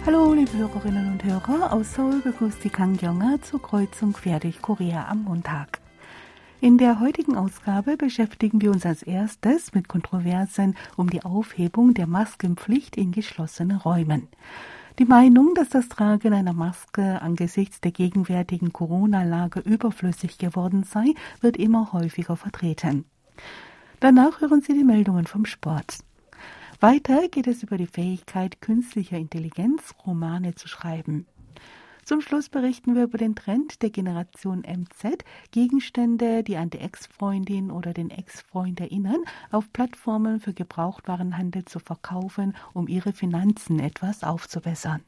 Hallo, liebe Hörerinnen und Hörer, aus Seoul begrüßt Sie Kang Yonga zur Kreuzung quer durch Korea am Montag. In der heutigen Ausgabe beschäftigen wir uns als erstes mit Kontroversen um die Aufhebung der Maskenpflicht in geschlossenen Räumen. Die Meinung, dass das Tragen einer Maske angesichts der gegenwärtigen Corona-Lage überflüssig geworden sei, wird immer häufiger vertreten. Danach hören Sie die Meldungen vom Sport. Weiter geht es über die Fähigkeit künstlicher Intelligenz, Romane zu schreiben. Zum Schluss berichten wir über den Trend der Generation MZ, Gegenstände, die an die Ex-Freundin oder den Ex-Freund erinnern, auf Plattformen für Gebrauchtwarenhandel zu verkaufen, um ihre Finanzen etwas aufzubessern.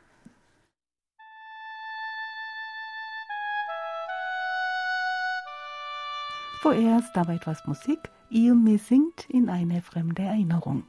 Vorerst aber etwas Musik. Ilmi singt in eine fremde Erinnerung.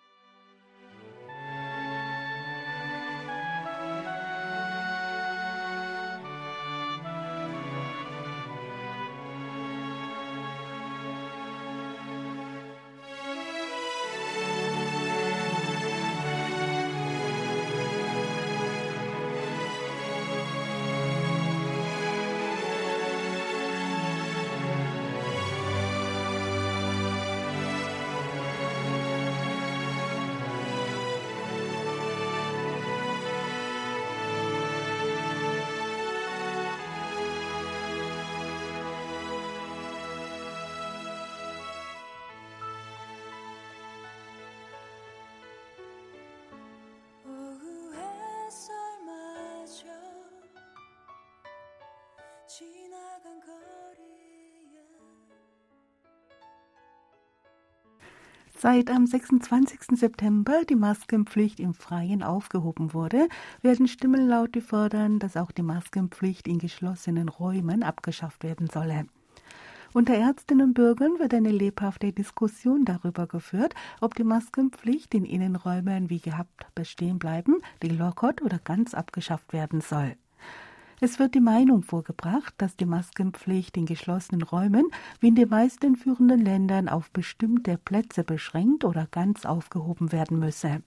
Seit am 26. September die Maskenpflicht im Freien aufgehoben wurde, werden Stimmen laut, die fordern, dass auch die Maskenpflicht in geschlossenen Räumen abgeschafft werden solle. Unter Ärztinnen und Bürgern wird eine lebhafte Diskussion darüber geführt, ob die Maskenpflicht in Innenräumen wie gehabt bestehen bleiben, gelockert oder ganz abgeschafft werden soll. Es wird die Meinung vorgebracht, dass die Maskenpflicht in geschlossenen Räumen wie in den meisten führenden Ländern auf bestimmte Plätze beschränkt oder ganz aufgehoben werden müsse.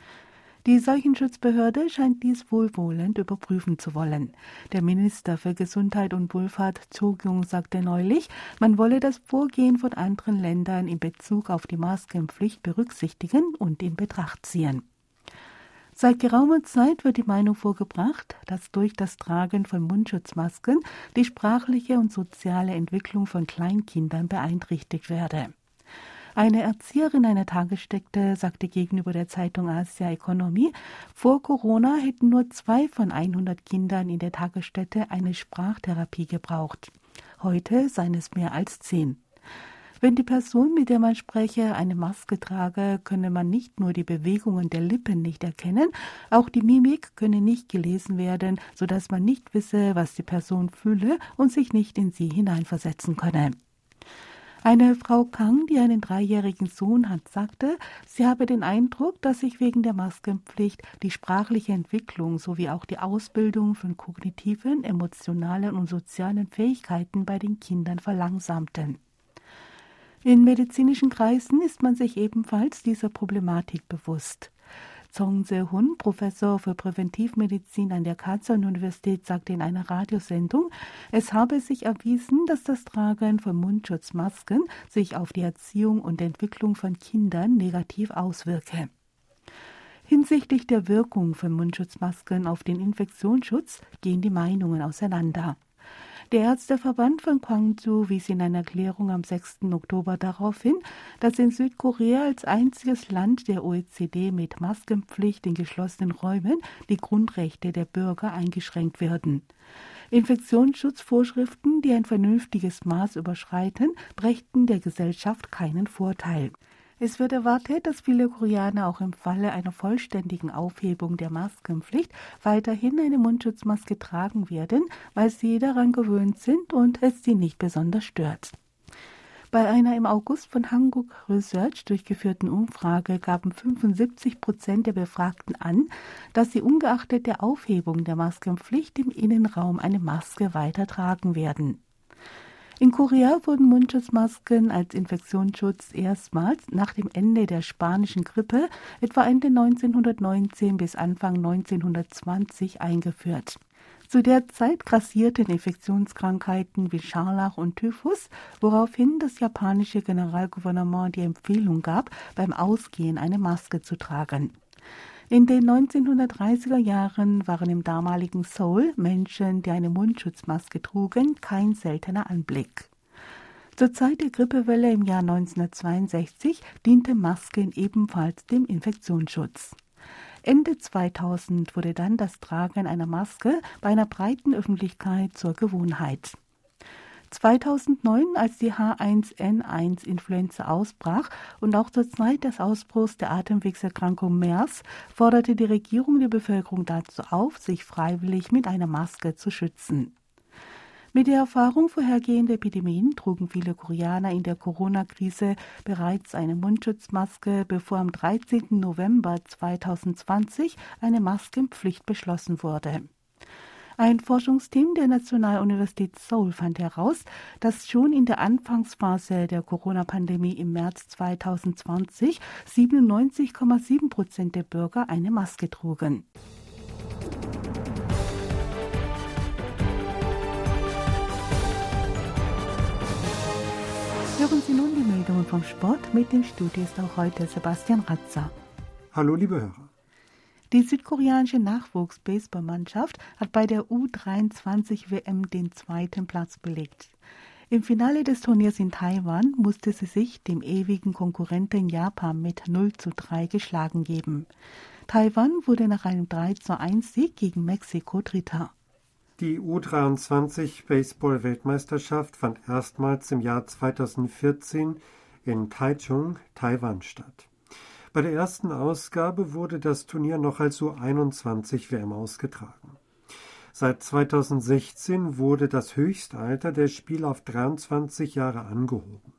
Die Seuchenschutzbehörde scheint dies wohlwollend überprüfen zu wollen. Der Minister für Gesundheit und Wohlfahrt Cho Kyung sagte neulich, man wolle das Vorgehen von anderen Ländern in Bezug auf die Maskenpflicht berücksichtigen und in Betracht ziehen. Seit geraumer Zeit wird die Meinung vorgebracht, dass durch das Tragen von Mundschutzmasken die sprachliche und soziale Entwicklung von Kleinkindern beeinträchtigt werde. Eine Erzieherin einer Tagesstätte sagte gegenüber der Zeitung Asia Economy, vor Corona hätten nur 2 von 100 Kindern in der Tagesstätte eine Sprachtherapie gebraucht. Heute seien es mehr als 10. Wenn die Person, mit der man spreche, eine Maske trage, könne man nicht nur die Bewegungen der Lippen nicht erkennen, auch die Mimik könne nicht gelesen werden, sodass man nicht wisse, was die Person fühle und sich nicht in sie hineinversetzen könne. Eine Frau Kang, die einen 3-jährigen Sohn hat, sagte, sie habe den Eindruck, dass sich wegen der Maskenpflicht die sprachliche Entwicklung sowie auch die Ausbildung von kognitiven, emotionalen und sozialen Fähigkeiten bei den Kindern verlangsamten. In medizinischen Kreisen ist man sich ebenfalls dieser Problematik bewusst. Song Se-hun, Professor für Präventivmedizin an der Kasan-Universität, sagte in einer Radiosendung, es habe sich erwiesen, dass das Tragen von Mundschutzmasken sich auf die Erziehung und Entwicklung von Kindern negativ auswirke. Hinsichtlich der Wirkung von Mundschutzmasken auf den Infektionsschutz gehen die Meinungen auseinander. Der Ärzteverband von Gwangju wies in einer Erklärung am 6. Oktober darauf hin, dass in Südkorea als einziges Land der OECD mit Maskenpflicht in geschlossenen Räumen die Grundrechte der Bürger eingeschränkt werden. Infektionsschutzvorschriften, die ein vernünftiges Maß überschreiten, brächten der Gesellschaft keinen Vorteil. Es wird erwartet, dass viele Koreaner auch im Falle einer vollständigen Aufhebung der Maskenpflicht weiterhin eine Mundschutzmaske tragen werden, weil sie daran gewöhnt sind und es sie nicht besonders stört. Bei einer im August von Hanguk Research durchgeführten Umfrage gaben 75% der Befragten an, dass sie ungeachtet der Aufhebung der Maskenpflicht im Innenraum eine Maske weiter tragen werden. In Korea wurden Mundschutzmasken als Infektionsschutz erstmals nach dem Ende der spanischen Grippe etwa Ende 1919 bis Anfang 1920 eingeführt. Zu der Zeit grassierten Infektionskrankheiten wie Scharlach und Typhus, woraufhin das japanische Generalgouvernement die Empfehlung gab, beim Ausgehen eine Maske zu tragen. In den 1930er Jahren waren im damaligen Seoul Menschen, die eine Mundschutzmaske trugen, kein seltener Anblick. Zur Zeit der Grippewelle im Jahr 1962 diente Masken ebenfalls dem Infektionsschutz. Ende 2000 wurde dann das Tragen einer Maske bei einer breiten Öffentlichkeit zur Gewohnheit. 2009, als die H1N1-Influenza ausbrach und auch zur Zeit des Ausbruchs der Atemwegserkrankung MERS, forderte die Regierung die Bevölkerung dazu auf, sich freiwillig mit einer Maske zu schützen. Mit der Erfahrung vorhergehender Epidemien trugen viele Koreaner in der Corona-Krise bereits eine Mundschutzmaske, bevor am 13. November 2020 eine Maskenpflicht beschlossen wurde. Ein Forschungsteam der Nationaluniversität Seoul fand heraus, dass schon in der Anfangsphase der Corona-Pandemie im März 2020 97,7% der Bürger eine Maske trugen. Hören Sie nun die Meldungen vom Sport. Mit dem Studio ist auch heute Sebastian Ratzer. Hallo, liebe Hörer. Die südkoreanische Nachwuchs-Baseballmannschaft hat bei der U23-WM den zweiten Platz belegt. Im Finale des Turniers in Taiwan musste sie sich dem ewigen Konkurrenten Japan mit 0:3 geschlagen geben. Taiwan wurde nach einem 3:1-Sieg gegen Mexiko Dritter. Die U23-Baseball-Weltmeisterschaft fand erstmals im Jahr 2014 in Taichung, Taiwan statt. Bei der ersten Ausgabe wurde das Turnier noch als U21-WM ausgetragen. Seit 2016 wurde das Höchstalter der Spieler auf 23 Jahre angehoben.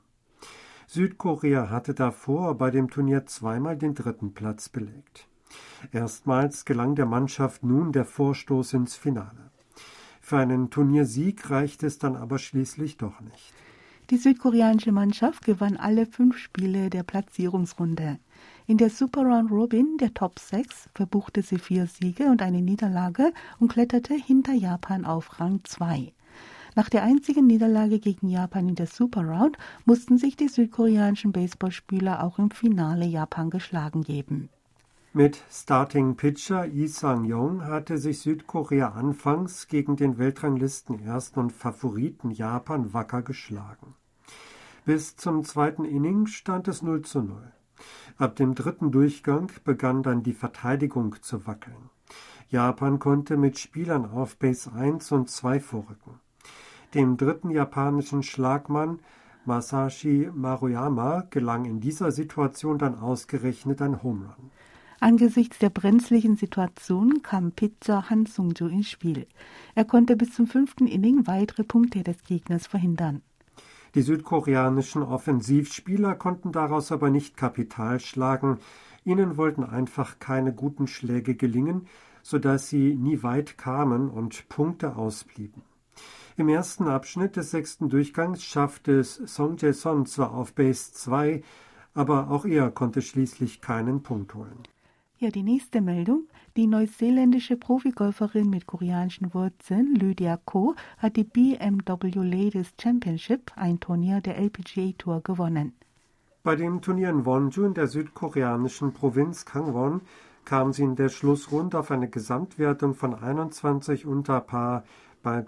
Südkorea hatte davor bei dem Turnier zweimal den dritten Platz belegt. Erstmals gelang der Mannschaft nun der Vorstoß ins Finale. Für einen Turniersieg reichte es dann aber schließlich doch nicht. Die südkoreanische Mannschaft gewann alle 5 Spiele der Platzierungsrunde. In der Super Round Robin der Top 6 verbuchte sie 4 Siege und eine Niederlage und kletterte hinter Japan auf Rang 2. Nach der einzigen Niederlage gegen Japan in der Super Round mussten sich die südkoreanischen Baseballspieler auch im Finale Japan geschlagen geben. Mit Starting Pitcher Lee Sang-yong hatte sich Südkorea anfangs gegen den Weltranglisten-Ersten und Favoriten Japan wacker geschlagen. Bis zum zweiten Inning stand es 0:0. Ab dem dritten Durchgang begann dann die Verteidigung zu wackeln. Japan konnte mit Spielern auf Base 1 und 2 vorrücken. Dem dritten japanischen Schlagmann Masashi Maruyama gelang in dieser Situation dann ausgerechnet ein Home Run. Angesichts der brenzlichen Situation kam Pitcher Han Sung-jo ins Spiel. Er konnte bis zum 5. Inning weitere Punkte des Gegners verhindern. Die südkoreanischen Offensivspieler konnten daraus aber nicht Kapital schlagen. Ihnen wollten einfach keine guten Schläge gelingen, sodass sie nie weit kamen und Punkte ausblieben. Im ersten Abschnitt des 6. Durchgangs schaffte es Song Jae-son zwar auf Base 2, aber auch er konnte schließlich keinen Punkt holen. Ja, die nächste Meldung. Die neuseeländische Profigolferin mit koreanischen Wurzeln Lydia Ko hat die BMW Ladies Championship, ein Turnier der LPGA Tour, gewonnen. Bei dem Turnier in Wonju in der südkoreanischen Provinz Gangwon kam sie in der Schlussrunde auf eine Gesamtwertung von 21 unter Par bei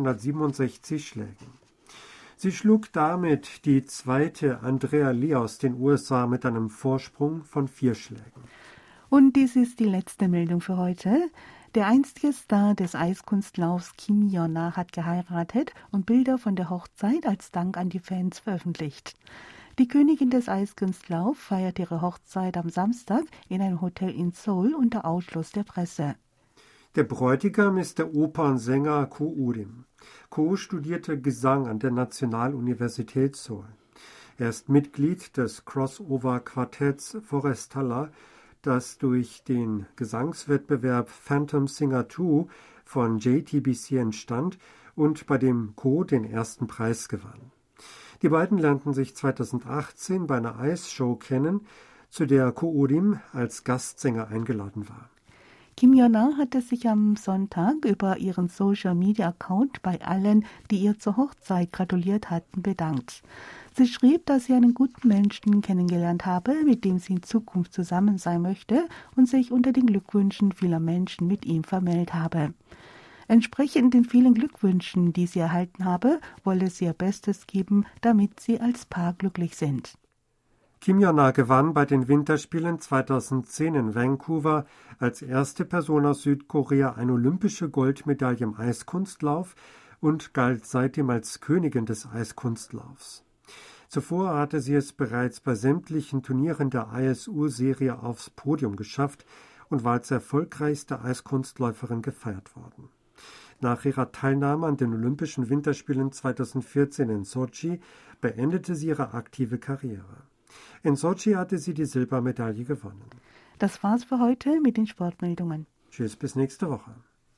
267 Schlägen. Sie schlug damit die zweite Andrea Lee aus den USA mit einem Vorsprung von 4 Schlägen. Und dies ist die letzte Meldung für heute. Der einstige Star des Eiskunstlaufs Kim Yeon-na hat geheiratet und Bilder von der Hochzeit als Dank an die Fans veröffentlicht. Die Königin des Eiskunstlaufs feiert ihre Hochzeit am Samstag in einem Hotel in Seoul unter Ausschluss der Presse. Der Bräutigam ist der Opernsänger Ko Urim. Ko studierte Gesang an der Nationaluniversität Seoul. Er ist Mitglied des Crossover-Quartetts Forestalla, das durch den Gesangswettbewerb Phantom Singer 2 von JTBC entstand und bei dem Co den ersten Preis gewann. Die beiden lernten sich 2018 bei einer Eisshow kennen, zu der Ko Oh-rim als Gastsänger eingeladen war. Kim Yona hatte sich am Sonntag über ihren Social-Media-Account bei allen, die ihr zur Hochzeit gratuliert hatten, bedankt. Sie schrieb, dass sie einen guten Menschen kennengelernt habe, mit dem sie in Zukunft zusammen sein möchte und sich unter den Glückwünschen vieler Menschen mit ihm vermählt habe. Entsprechend den vielen Glückwünschen, die sie erhalten habe, wolle sie ihr Bestes geben, damit sie als Paar glücklich sind. Kim Yona gewann bei den Winterspielen 2010 in Vancouver als erste Person aus Südkorea eine olympische Goldmedaille im Eiskunstlauf und galt seitdem als Königin des Eiskunstlaufs. Zuvor hatte sie es bereits bei sämtlichen Turnieren der ISU-Serie aufs Podium geschafft und war als erfolgreichste Eiskunstläuferin gefeiert worden. Nach ihrer Teilnahme an den Olympischen Winterspielen 2014 in Sochi beendete sie ihre aktive Karriere. In Sochi hatte sie die Silbermedaille gewonnen. Das war's für heute mit den Sportmeldungen. Tschüss, bis nächste Woche.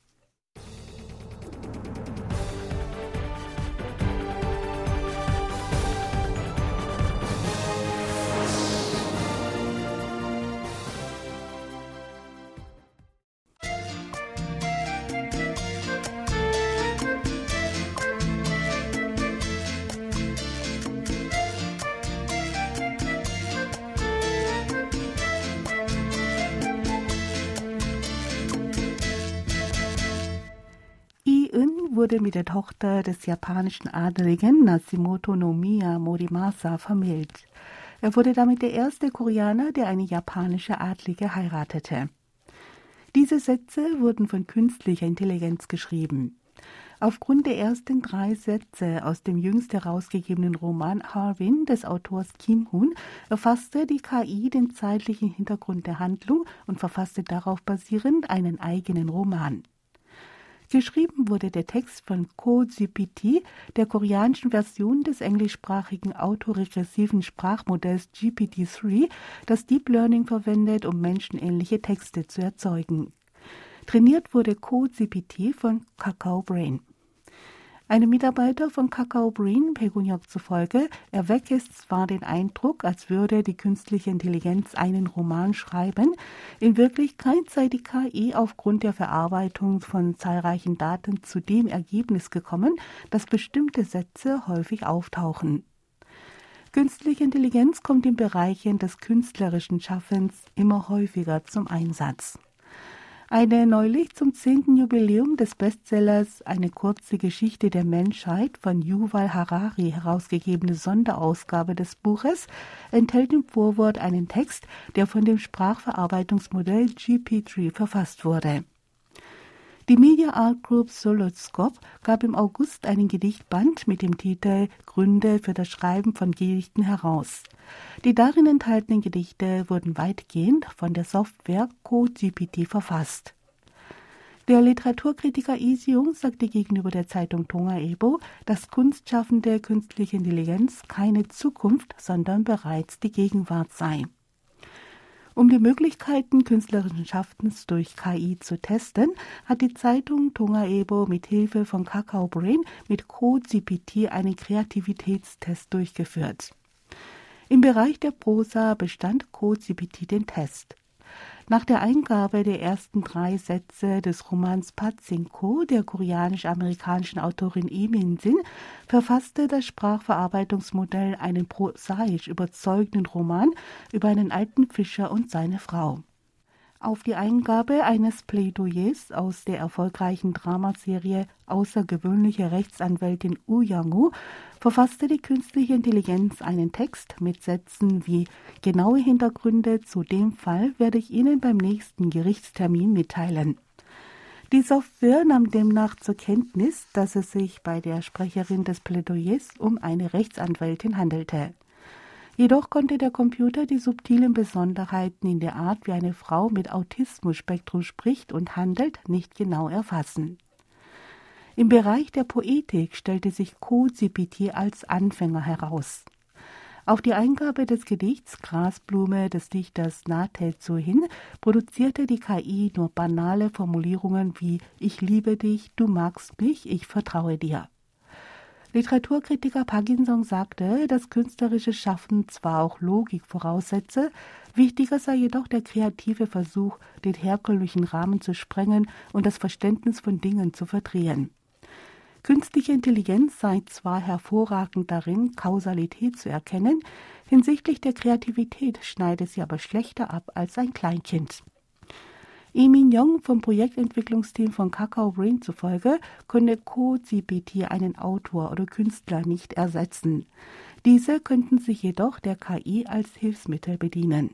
Wurde mit der Tochter des japanischen Adeligen Nasumoto no Miya Morimasa vermählt. Er wurde damit der erste Koreaner, der eine japanische Adlige heiratete. Diese Sätze wurden von künstlicher Intelligenz geschrieben. Aufgrund der ersten 3 Sätze aus dem jüngst herausgegebenen Roman Harvin des Autors Kim Hun erfasste die KI den zeitlichen Hintergrund der Handlung und verfasste darauf basierend einen eigenen Roman. Geschrieben wurde der Text von CoGPT, der koreanischen Version des englischsprachigen autoregressiven Sprachmodells GPT-3, das Deep Learning verwendet, um menschenähnliche Texte zu erzeugen. Trainiert wurde CoGPT von Kakao Brain. Einem Mitarbeiter von Kakao Brain, Pegunyok zufolge, erweckt es zwar den Eindruck, als würde die künstliche Intelligenz einen Roman schreiben, in Wirklichkeit sei die KI aufgrund der Verarbeitung von zahlreichen Daten zu dem Ergebnis gekommen, dass bestimmte Sätze häufig auftauchen. Künstliche Intelligenz kommt in Bereichen des künstlerischen Schaffens immer häufiger zum Einsatz. Eine neulich zum 10. Jubiläum des Bestsellers Eine kurze Geschichte der Menschheit von Yuval Harari herausgegebene Sonderausgabe des Buches enthält im Vorwort einen Text, der von dem Sprachverarbeitungsmodell GPT-3 verfasst wurde. Die Media Art Group Soloscope gab im August einen Gedichtband mit dem Titel Gründe für das Schreiben von Gedichten heraus. Die darin enthaltenen Gedichte wurden weitgehend von der Software CoGPT verfasst. Der Literaturkritiker Lee Se-young sagte gegenüber der Zeitung Tonga Ebo, dass kunstschaffende künstliche Intelligenz keine Zukunft, sondern bereits die Gegenwart sei. Um die Möglichkeiten künstlerischen Schaffens durch KI zu testen, hat die Zeitung Tonga Ebo mit Hilfe von Kakao Brain mit CoGPT einen Kreativitätstest durchgeführt. Im Bereich der Prosa bestand CoGPT den Test. Nach der Eingabe der ersten 3 Sätze des Romans Pachinko der koreanisch-amerikanischen Autorin Lee Min-sin verfasste das Sprachverarbeitungsmodell einen prosaisch überzeugenden Roman über einen alten Fischer und seine Frau. Auf die Eingabe eines Plädoyers aus der erfolgreichen Dramaserie Außergewöhnliche Rechtsanwältin Woo Young-woo verfasste die künstliche Intelligenz einen Text mit Sätzen wie »Genaue Hintergründe zu dem Fall werde ich Ihnen beim nächsten Gerichtstermin mitteilen«. Die Software nahm demnach zur Kenntnis, dass es sich bei der Sprecherin des Plädoyers um eine Rechtsanwältin handelte. Jedoch konnte der Computer die subtilen Besonderheiten in der Art, wie eine Frau mit Autismus-Spektrum spricht und handelt, nicht genau erfassen. Im Bereich der Poetik stellte sich CoGPT als Anfänger heraus. Auf die Eingabe des Gedichts Grasblume des Dichters Na Tae-soo hin produzierte die KI nur banale Formulierungen wie »Ich liebe dich, du magst mich, ich vertraue dir«. Literaturkritiker Park In-sung sagte, das künstlerische Schaffen zwar auch Logik voraussetze, wichtiger sei jedoch der kreative Versuch, den herkömmlichen Rahmen zu sprengen und das Verständnis von Dingen zu verdrehen. Künstliche Intelligenz sei zwar hervorragend darin, Kausalität zu erkennen, hinsichtlich der Kreativität schneide sie aber schlechter ab als ein Kleinkind. Lee Min-young vom Projektentwicklungsteam von Kakao Brain zufolge könne CoGPT einen Autor oder Künstler nicht ersetzen. Diese könnten sich jedoch der KI als Hilfsmittel bedienen.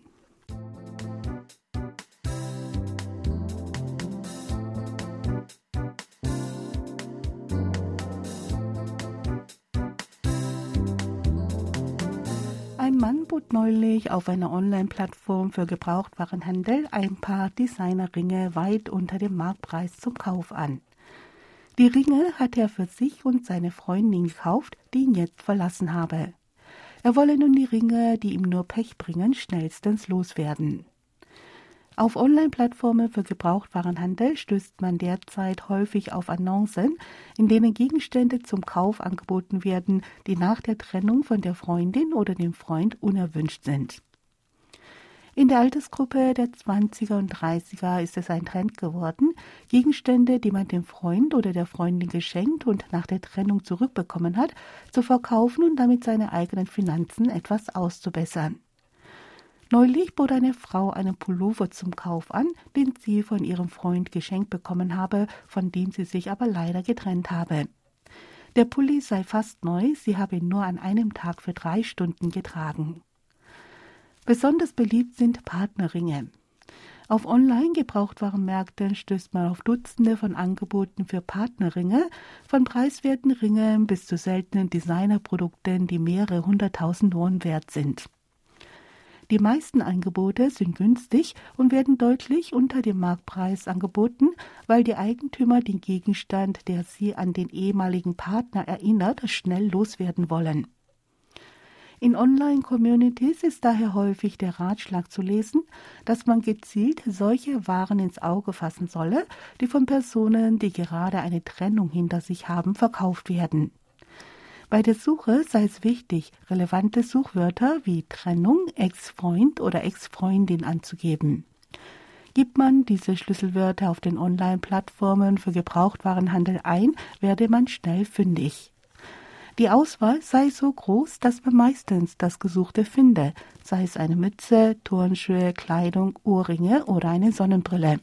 Ein Mann bot neulich auf einer Online-Plattform für Gebrauchtwarenhandel ein paar Designerringe weit unter dem Marktpreis zum Kauf an. Die Ringe hatte er für sich und seine Freundin gekauft, die ihn jetzt verlassen habe. Er wolle nun die Ringe, die ihm nur Pech bringen, schnellstens loswerden. Auf Online-Plattformen für Gebrauchtwarenhandel stößt man derzeit häufig auf Annoncen, in denen Gegenstände zum Kauf angeboten werden, die nach der Trennung von der Freundin oder dem Freund unerwünscht sind. In der Altersgruppe der 20er und 30er ist es ein Trend geworden, Gegenstände, die man dem Freund oder der Freundin geschenkt und nach der Trennung zurückbekommen hat, zu verkaufen und damit seine eigenen Finanzen etwas auszubessern. Neulich bot eine Frau einen Pullover zum Kauf an, den sie von ihrem Freund geschenkt bekommen habe, von dem sie sich aber leider getrennt habe. Der Pulli sei fast neu, sie habe ihn nur an einem Tag für 3 Stunden getragen. Besonders beliebt sind Partnerringe. Auf Online-Gebrauchtwarenmärkten stößt man auf Dutzende von Angeboten für Partnerringe, von preiswerten Ringen bis zu seltenen Designerprodukten, die mehrere 100.000 Won wert sind. Die meisten Angebote sind günstig und werden deutlich unter dem Marktpreis angeboten, weil die Eigentümer den Gegenstand, der sie an den ehemaligen Partner erinnert, schnell loswerden wollen. In Online-Communities ist daher häufig der Ratschlag zu lesen, dass man gezielt solche Waren ins Auge fassen solle, die von Personen, die gerade eine Trennung hinter sich haben, verkauft werden. Bei der Suche sei es wichtig, relevante Suchwörter wie Trennung, Ex-Freund oder Ex-Freundin anzugeben. Gibt man diese Schlüsselwörter auf den Online-Plattformen für Gebrauchtwarenhandel ein, werde man schnell fündig. Die Auswahl sei so groß, dass man meistens das Gesuchte finde, sei es eine Mütze, Turnschuhe, Kleidung, Ohrringe oder eine Sonnenbrille.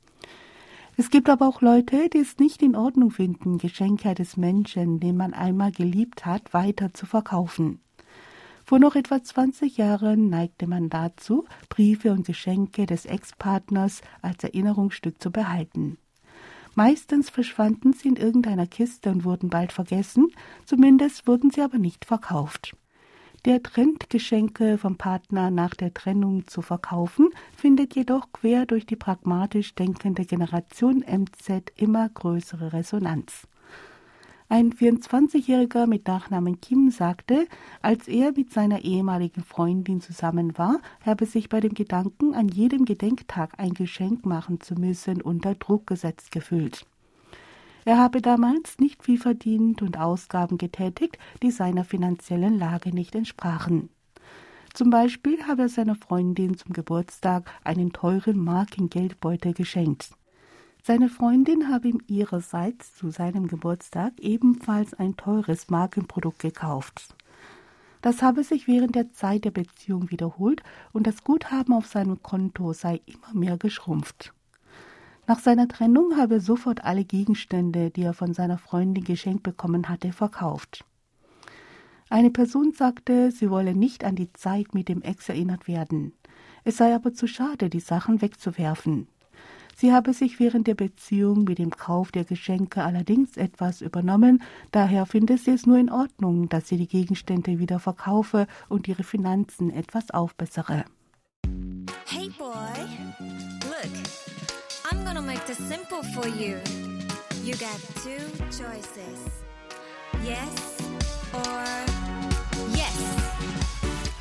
Es gibt aber auch Leute, die es nicht in Ordnung finden, Geschenke eines Menschen, den man einmal geliebt hat, weiter zu verkaufen. Vor noch etwa 20 Jahren neigte man dazu, Briefe und Geschenke des Ex-Partners als Erinnerungsstück zu behalten. Meistens verschwanden sie in irgendeiner Kiste und wurden bald vergessen, zumindest wurden sie aber nicht verkauft. Der Trend, Geschenke vom Partner nach der Trennung zu verkaufen, findet jedoch quer durch die pragmatisch denkende Generation MZ immer größere Resonanz. Ein 24-Jähriger mit Nachnamen Kim sagte, als er mit seiner ehemaligen Freundin zusammen war, habe sich bei dem Gedanken, an jedem Gedenktag ein Geschenk machen zu müssen, unter Druck gesetzt gefühlt. Er habe damals nicht viel verdient und Ausgaben getätigt, die seiner finanziellen Lage nicht entsprachen. Zum Beispiel habe er seiner Freundin zum Geburtstag einen teuren Markengeldbeutel geschenkt. Seine Freundin habe ihm ihrerseits zu seinem Geburtstag ebenfalls ein teures Markenprodukt gekauft. Das habe sich während der Zeit der Beziehung wiederholt und das Guthaben auf seinem Konto sei immer mehr geschrumpft. Nach seiner Trennung habe er sofort alle Gegenstände, die er von seiner Freundin geschenkt bekommen hatte, verkauft. Eine Person sagte, sie wolle nicht an die Zeit mit dem Ex erinnert werden. Es sei aber zu schade, die Sachen wegzuwerfen. Sie habe sich während der Beziehung mit dem Kauf der Geschenke allerdings etwas übernommen, daher finde sie es nur in Ordnung, dass sie die Gegenstände wieder verkaufe und ihre Finanzen etwas aufbessere. Hey boy, look, I'm gonna make this simple for you. You got 2 choices. Yes or yes.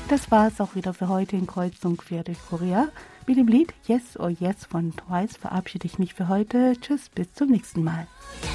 Das war es auch wieder für heute in Kreuzung quer durch Korea. Mit dem Lied Yes or Yes von Twice verabschiede ich mich für heute. Tschüss, bis zum nächsten Mal.